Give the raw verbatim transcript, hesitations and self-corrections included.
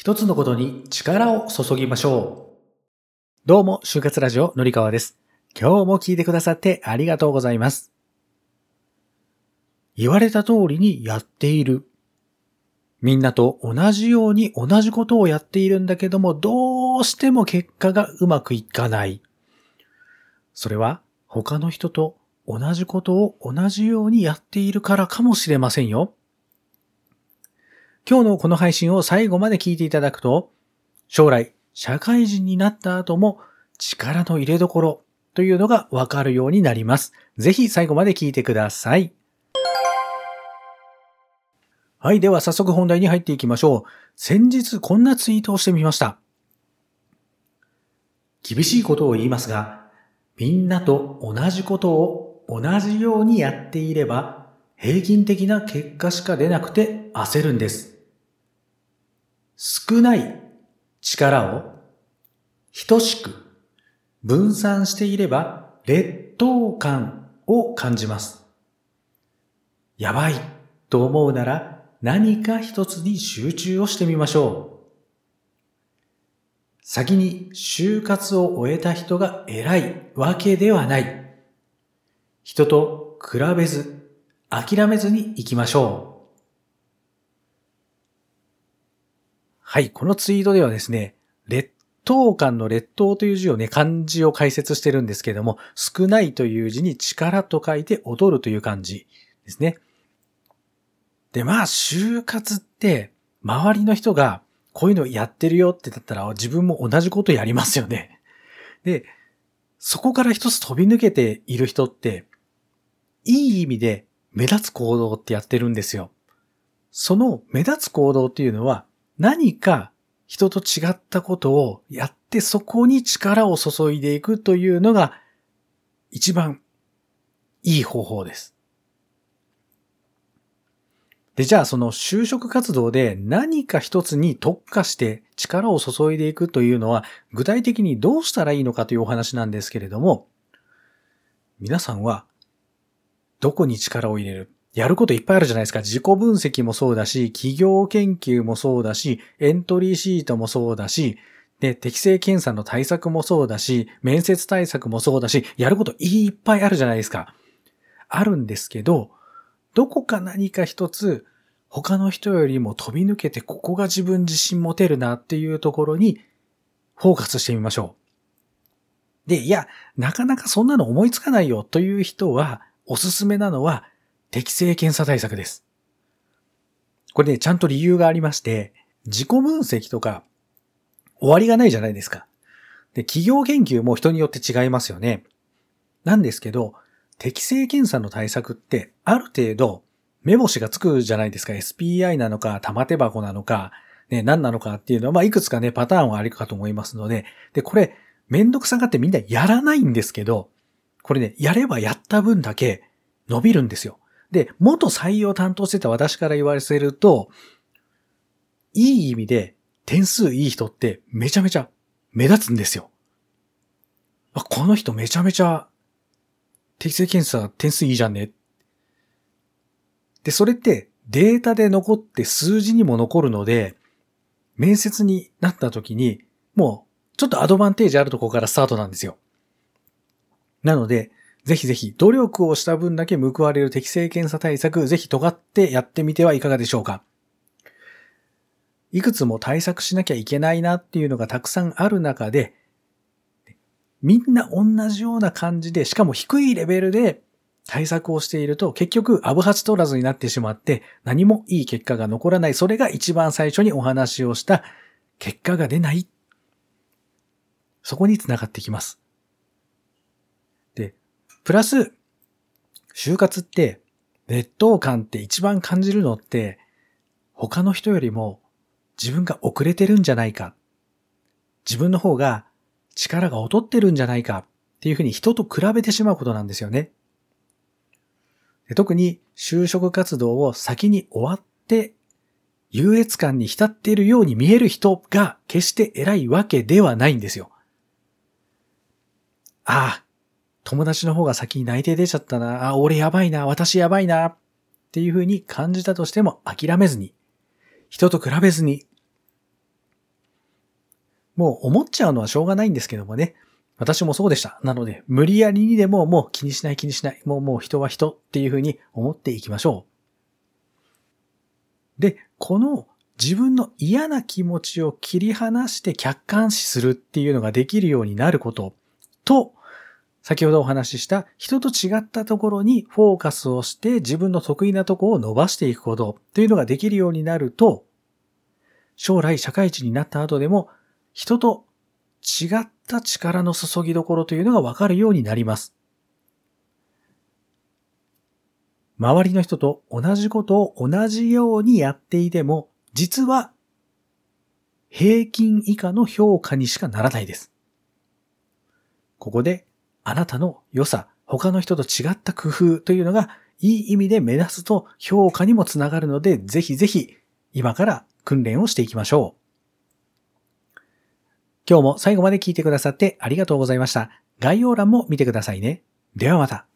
一つのことに力を注ぎましょう。どうも、就活ラジオのりかわです。今日も聞いてくださってありがとうございます。言われた通りにやっている。みんなと同じように同じことをやっているんだけども、どうしても結果がうまくいかない。それは他の人と同じことを同じようにやっているからかもしれませんよ。今日のこの配信を最後まで聞いていただくと、将来社会人になった後も力の入れどころというのがわかるようになります。ぜひ最後まで聞いてください。はい、では早速本題に入っていきましょう。先日こんなツイートをしてみました。厳しいことを言いますが、みんなと同じことを同じようにやっていれば、平均的な結果しか出なくて焦るんです。少ない力を等しく分散していれば劣等感を感じます。やばいと思うなら何か一つに集中をしてみましょう。先に就活を終えた人が偉いわけではない。人と比べず諦めずに行きましょう。はい、このツイートではですね、劣等感の劣等という字をね、漢字を解説してるんですけれども、少ないという字に力と書いて踊るという漢字ですね。で、まあ、就活って、周りの人がこういうのやってるよってだったら、自分も同じことやりますよね。で、そこから一つ飛び抜けている人って、いい意味で目立つ行動ってやってるんですよ。その目立つ行動っていうのは、何か人と違ったことをやってそこに力を注いでいくというのが一番いい方法です。で、じゃあその就職活動で何か一つに特化して力を注いでいくというのは具体的にどうしたらいいのかというお話なんですけれども、皆さんはどこに力を入れる？やることいっぱいあるじゃないですか。自己分析もそうだし、企業研究もそうだし、エントリーシートもそうだし、で、適正検査の対策もそうだし、面接対策もそうだし、やることいっぱいあるじゃないですか。あるんですけど、どこか何か一つ、他の人よりも飛び抜けて、ここが自分自信持てるなっていうところに、フォーカスしてみましょう。で、いや、なかなかそんなの思いつかないよという人は、おすすめなのは、適正検査対策です。これね、ちゃんと理由がありまして、自己分析とか終わりがないじゃないですか。で、企業研究も人によって違いますよね。なんですけど、適正検査の対策ってある程度目星がつくじゃないですか。エスピーアイ なのか、玉手箱なのか、ね、何なのかっていうのは、まあ、いくつかね、パターンはあるかと思いますので、で、これ、めんどくさがってみんなやらないんですけど、これね、やればやった分だけ伸びるんですよ。で、元採用担当してた私から言わせると、いい意味で点数いい人ってめちゃめちゃ目立つんですよ。あ、この人めちゃめちゃ適正検査点数いいじゃんね。で、それってデータで残って数字にも残るので、面接になった時にもうちょっとアドバンテージあるところからスタートなんですよ。なので、ぜひぜひ努力をした分だけ報われる適正検査対策、ぜひ尖ってやってみてはいかがでしょうか。いくつも対策しなきゃいけないなっていうのがたくさんある中で、みんな同じような感じで、しかも低いレベルで対策をしていると、結局アブハチ取らずになってしまって、何もいい結果が残らない。それが一番最初にお話をした結果が出ない。そこにつながってきます。で、プラス、就活って、劣等感って一番感じるのって、他の人よりも自分が遅れてるんじゃないか。自分の方が力が劣ってるんじゃないかっていうふうに人と比べてしまうことなんですよね。で、特に就職活動を先に終わって優越感に浸っているように見える人が決して偉いわけではないんですよ。ああ、友達の方が先に内定出ちゃったな。あ、俺やばいな。私やばいな。っていう風に感じたとしても諦めずに、人と比べずに、 もう思っちゃうのはしょうがないんですけどもね。私もそうでした。なので、無理やりにでももう気にしない気にしない。もうもう人は人っていうふうに思っていきましょう。で、この自分の嫌な気持ちを切り離して客観視するっていうのができるようになることと、先ほどお話しした人と違ったところにフォーカスをして自分の得意なところを伸ばしていくことというのができるようになると、将来社会人になった後でも人と違った力の注ぎどころというのがわかるようになります。周りの人と同じことを同じようにやっていても、実は平均以下の評価にしかならないです。ここであなたの良さ、他の人と違った工夫というのがいい意味で目立つと評価にもつながるので、ぜひぜひ今から訓練をしていきましょう。今日も最後まで聞いてくださってありがとうございました。概要欄も見てくださいね。ではまた。